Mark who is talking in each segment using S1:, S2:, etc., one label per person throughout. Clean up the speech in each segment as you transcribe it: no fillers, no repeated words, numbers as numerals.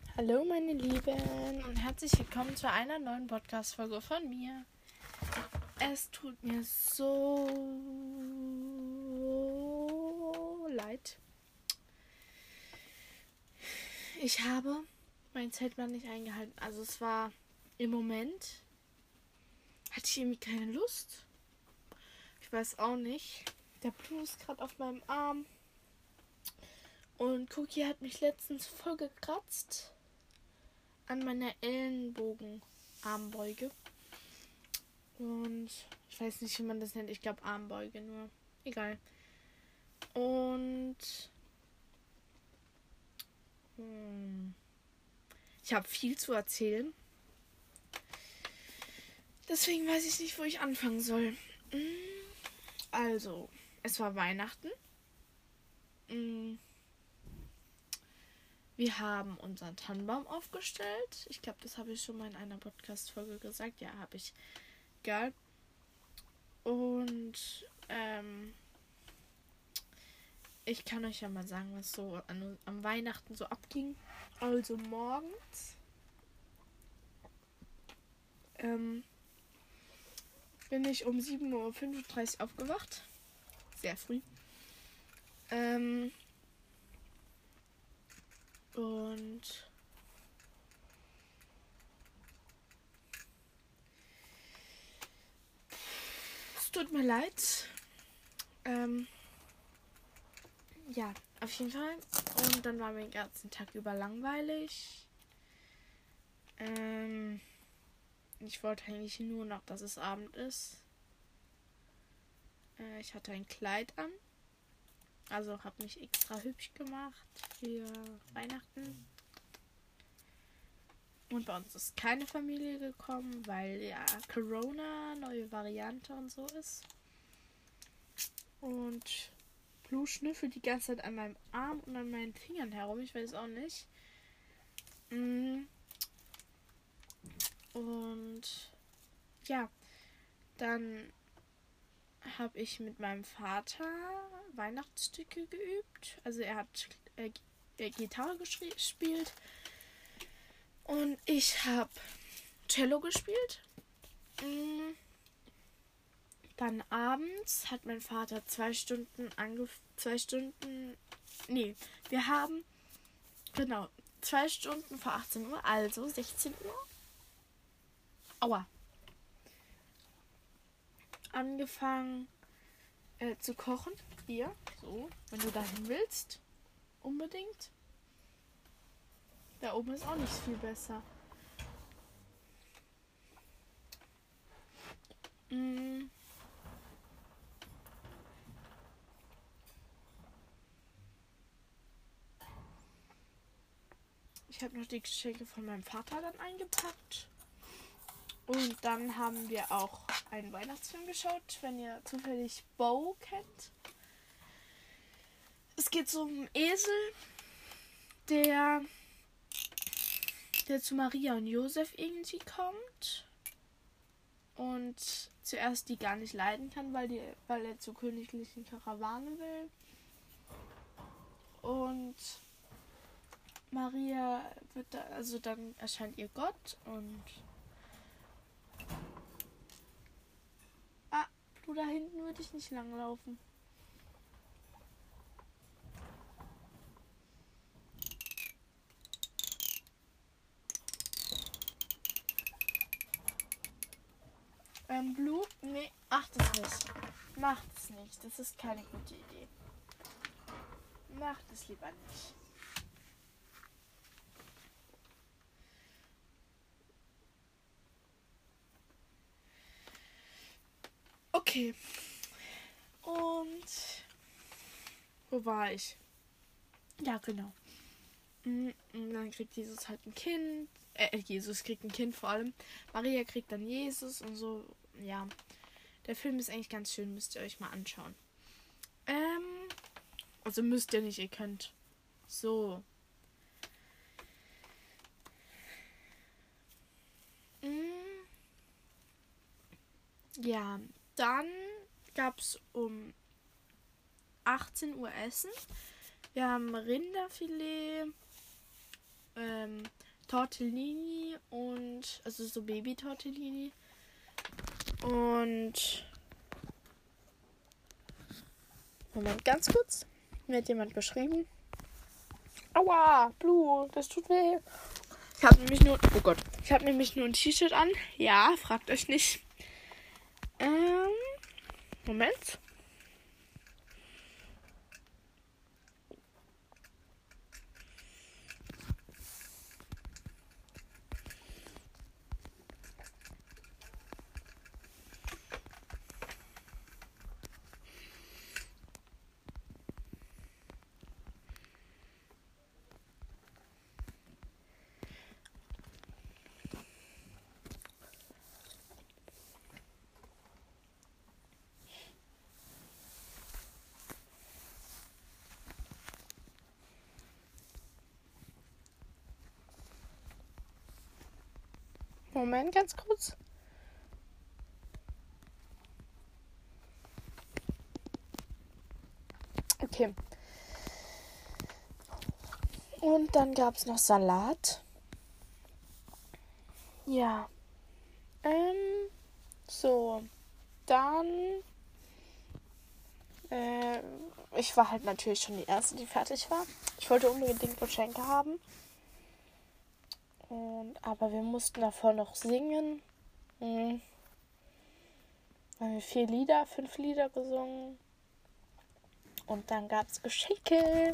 S1: Hallo meine Lieben und herzlich willkommen zu einer neuen Podcast-Folge von mir. Es tut mir so leid. Ich habe meinen Zeitplan nicht eingehalten. Also es war im Moment, hatte ich irgendwie keine Lust. Ich weiß auch nicht. Der Blue ist gerade auf meinem Arm. Und Cookie hat mich letztens voll gekratzt an meiner Ellenbogenarmbeuge. Und ich weiß nicht, wie man das nennt. Ich glaube Armbeuge nur. Egal. Und ich habe viel zu erzählen. Deswegen weiß ich nicht, wo ich anfangen soll. Also, es war Weihnachten. Wir haben unseren Tannenbaum aufgestellt. Ich glaube, das habe ich schon mal in einer Podcast-Folge gesagt. Ja, habe ich. Egal. Und ich kann euch ja mal sagen, was so am Weihnachten so abging. Also morgens bin ich um 7:35 Uhr aufgewacht. Sehr früh. Und es tut mir leid. Ja, auf jeden Fall. Und dann war mir den ganzen Tag über langweilig. Ich wollte eigentlich nur noch, dass es Abend ist. Ich hatte ein Kleid an. Also habe mich extra hübsch gemacht für Weihnachten. Und bei uns ist keine Familie gekommen, weil ja Corona, neue Variante und so ist. Und Blue schnüffelt die ganze Zeit an meinem Arm und an meinen Fingern herum. Ich weiß auch nicht. Und ja, dann habe ich mit meinem Vater Weihnachtsstücke geübt. Also er hat Gitarre gespielt und ich habe Cello gespielt. Dann abends hat mein Vater 2 Stunden wir haben 2 Stunden vor 18 Uhr, also 16 Uhr. Aua. Angefangen zu kochen. Hier, so, wenn du dahin willst. Unbedingt. Da oben ist auch nicht viel besser. Ich habe noch die Geschenke von meinem Vater dann eingepackt. Und dann haben wir auch einen Weihnachtsfilm geschaut, wenn ihr zufällig Bo kennt. Es geht so um einen Esel, der zu Maria und Josef irgendwie kommt. Und zuerst die gar nicht leiden kann, weil er zur königlichen Karawane will. Und Maria wird dann erscheint ihr Gott und du da hinten würde ich nicht langlaufen. Blue? Nee, macht es nicht. Macht es nicht. Das ist keine gute Idee. Macht es lieber nicht. Okay. Und wo war ich? Ja, genau. Und dann kriegt Jesus halt ein Kind. Jesus kriegt ein Kind vor allem. Maria kriegt dann Jesus und so. Ja. Der Film ist eigentlich ganz schön. Müsst ihr euch mal anschauen. Also müsst ihr nicht, ihr könnt. So. Ja, dann gab es um 18 Uhr Essen. Wir haben Rinderfilet, Tortellini und, also so Baby-Tortellini. Und, Moment, ganz kurz. Mir hat jemand geschrieben. Aua, Blut, das tut weh. Ich habe nämlich nur ein T-Shirt an. Ja, fragt euch nicht. Moment. Moment, ganz kurz. Okay. Und dann gab es noch Salat. Ja. So. Dann. Ich war halt natürlich schon die Erste, die fertig war. Ich wollte unbedingt Geschenke haben. Aber wir mussten davor noch singen. Haben wir 5 Lieder gesungen. Und dann gab es Geschenke.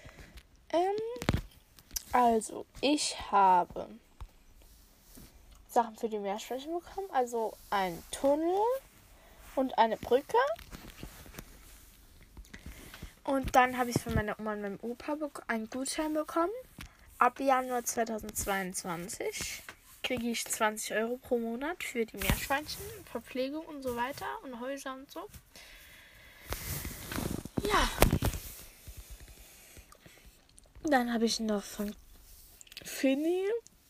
S1: Also, ich habe Sachen für die Meerschweinchen bekommen. Also einen Tunnel und eine Brücke. Und dann habe ich von meiner Oma und meinem Opa einen Gutschein bekommen. Ab Januar 2022 kriege ich 20 Euro pro Monat für die Meerschweinchen, Verpflegung und so weiter und Häuser und so. Ja. Dann habe ich noch von Finny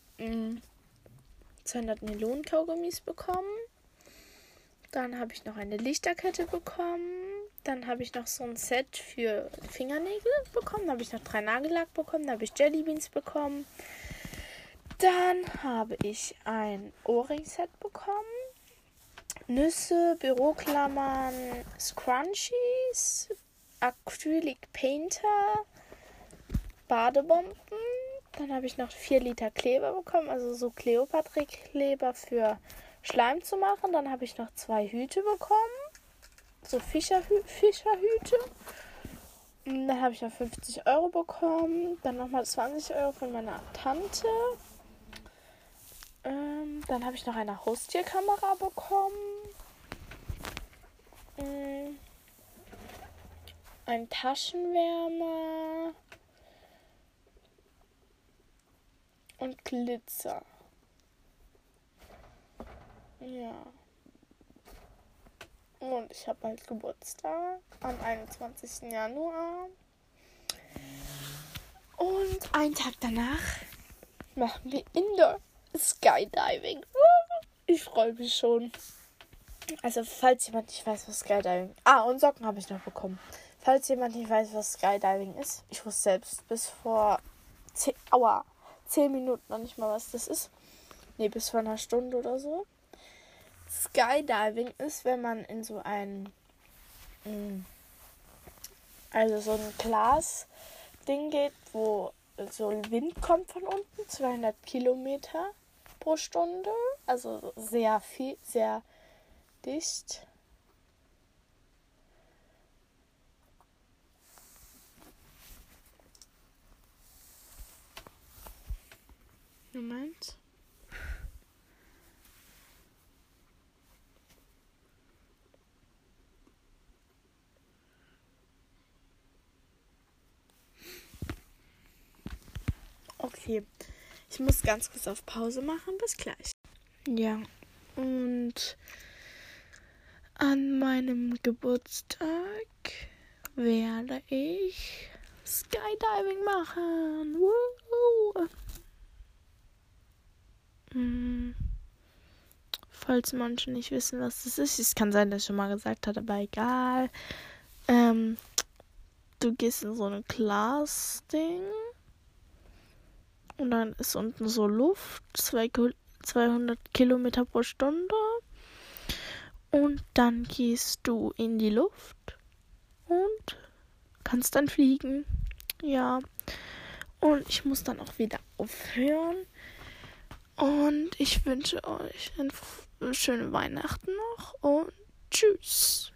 S1: 200 Nylon-Kaugummis bekommen. Dann habe ich noch eine Lichterkette bekommen. Dann habe ich noch so ein Set für Fingernägel bekommen. Dann habe ich noch 3 Nagellack bekommen. Dann habe ich Jellybeans bekommen. Dann habe ich ein Ohrring-Set bekommen. Nüsse, Büroklammern, Scrunchies, Acrylic Painter, Badebomben. Dann habe ich noch 4 Liter Kleber bekommen. Also so Kleopatra-Kleber für Schleim zu machen. Dann habe ich noch 2 Hüte bekommen. So Fischerhüte. Und dann habe ich noch 50 Euro bekommen. Dann nochmal 20 Euro von meiner Tante. Dann habe ich noch eine Haustierkamera bekommen. Ein Taschenwärmer. Und Glitzer. Ja. Und ich habe bald Geburtstag am 21. Januar. Und einen Tag danach machen wir Indoor Skydiving. Ich freue mich schon. Also, falls jemand nicht weiß, was Skydiving ist. Und Socken habe ich noch bekommen. Falls jemand nicht weiß, was Skydiving ist. Ich wusste selbst bis vor 10 Minuten noch nicht mal, was das ist. Nee, bis vor einer Stunde oder so. Skydiving ist, wenn man in so ein Glasding geht, wo so Wind kommt von unten, 200 Kilometer pro Stunde, also sehr viel, sehr dicht. Moment. Okay, ich muss ganz kurz auf Pause machen. Bis gleich. Ja, und an meinem Geburtstag werde ich Skydiving machen. Woo! Falls manche nicht wissen, was das ist. Es kann sein, dass ich schon mal gesagt habe, aber egal. Du gehst in so ein Glasding. Und dann ist unten so Luft, 200 Kilometer pro Stunde. Und dann gehst du in die Luft und kannst dann fliegen. Ja. Und ich muss dann auch wieder aufhören. Und ich wünsche euch eine schöne Weihnachten noch und tschüss.